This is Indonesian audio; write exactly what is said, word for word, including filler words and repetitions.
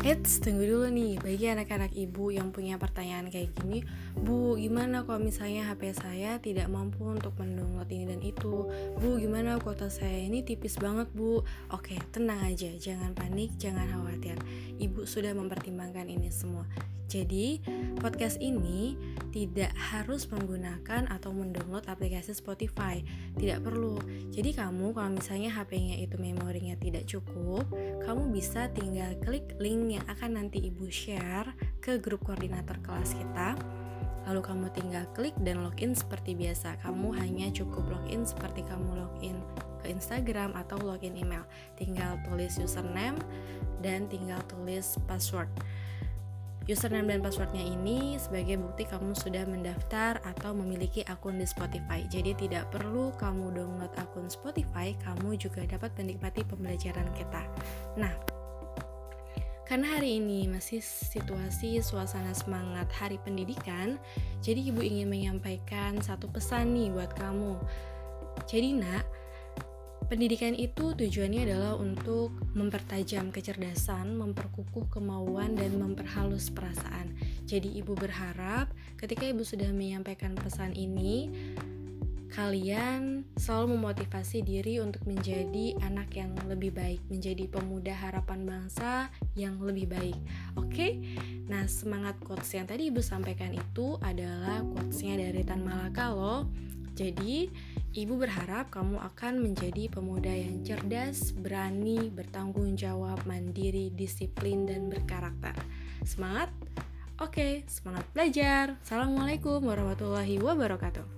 Eits, tunggu dulu nih, bagi anak-anak ibu yang punya pertanyaan kayak gini, Bu, gimana kalau misalnya H P saya tidak mampu untuk mendownload ini dan itu? Bu, gimana kuota saya ini tipis banget, Bu? Oke, tenang aja, jangan panik, jangan khawatir. Ibu sudah mempertimbangkan ini semua. Jadi, podcast ini tidak harus menggunakan atau mendownload aplikasi Spotify. Tidak perlu. Jadi kamu kalau misalnya H P-nya itu memorinya tidak cukup, kamu bisa tinggal klik link yang akan nanti ibu share ke grup koordinator kelas kita. Lalu kamu tinggal klik dan login seperti biasa. Kamu hanya cukup login seperti kamu login ke Instagram atau login email. Tinggal tulis username dan tinggal tulis password. Username dan passwordnya ini sebagai bukti kamu sudah mendaftar atau memiliki akun di Spotify. Jadi tidak perlu kamu download akun Spotify, kamu juga dapat menikmati pembelajaran kita. Nah, karena hari ini masih situasi suasana semangat Hari Pendidikan, jadi ibu ingin menyampaikan satu pesan nih buat kamu. Jadi nak, pendidikan itu tujuannya adalah untuk mempertajam kecerdasan, memperkukuh kemauan, dan memperhalus perasaan. Jadi ibu berharap ketika ibu sudah menyampaikan pesan ini, kalian selalu memotivasi diri untuk menjadi anak yang lebih baik, menjadi pemuda harapan bangsa yang lebih baik. Oke? Nah, semangat quotes yang tadi ibu sampaikan itu adalah quotesnya dari Tan Malaka loh. Jadi, ibu berharap kamu akan menjadi pemuda yang cerdas, berani, bertanggung jawab, mandiri, disiplin, dan berkarakter. Semangat? Oke, semangat belajar. Assalamualaikum warahmatullahi wabarakatuh.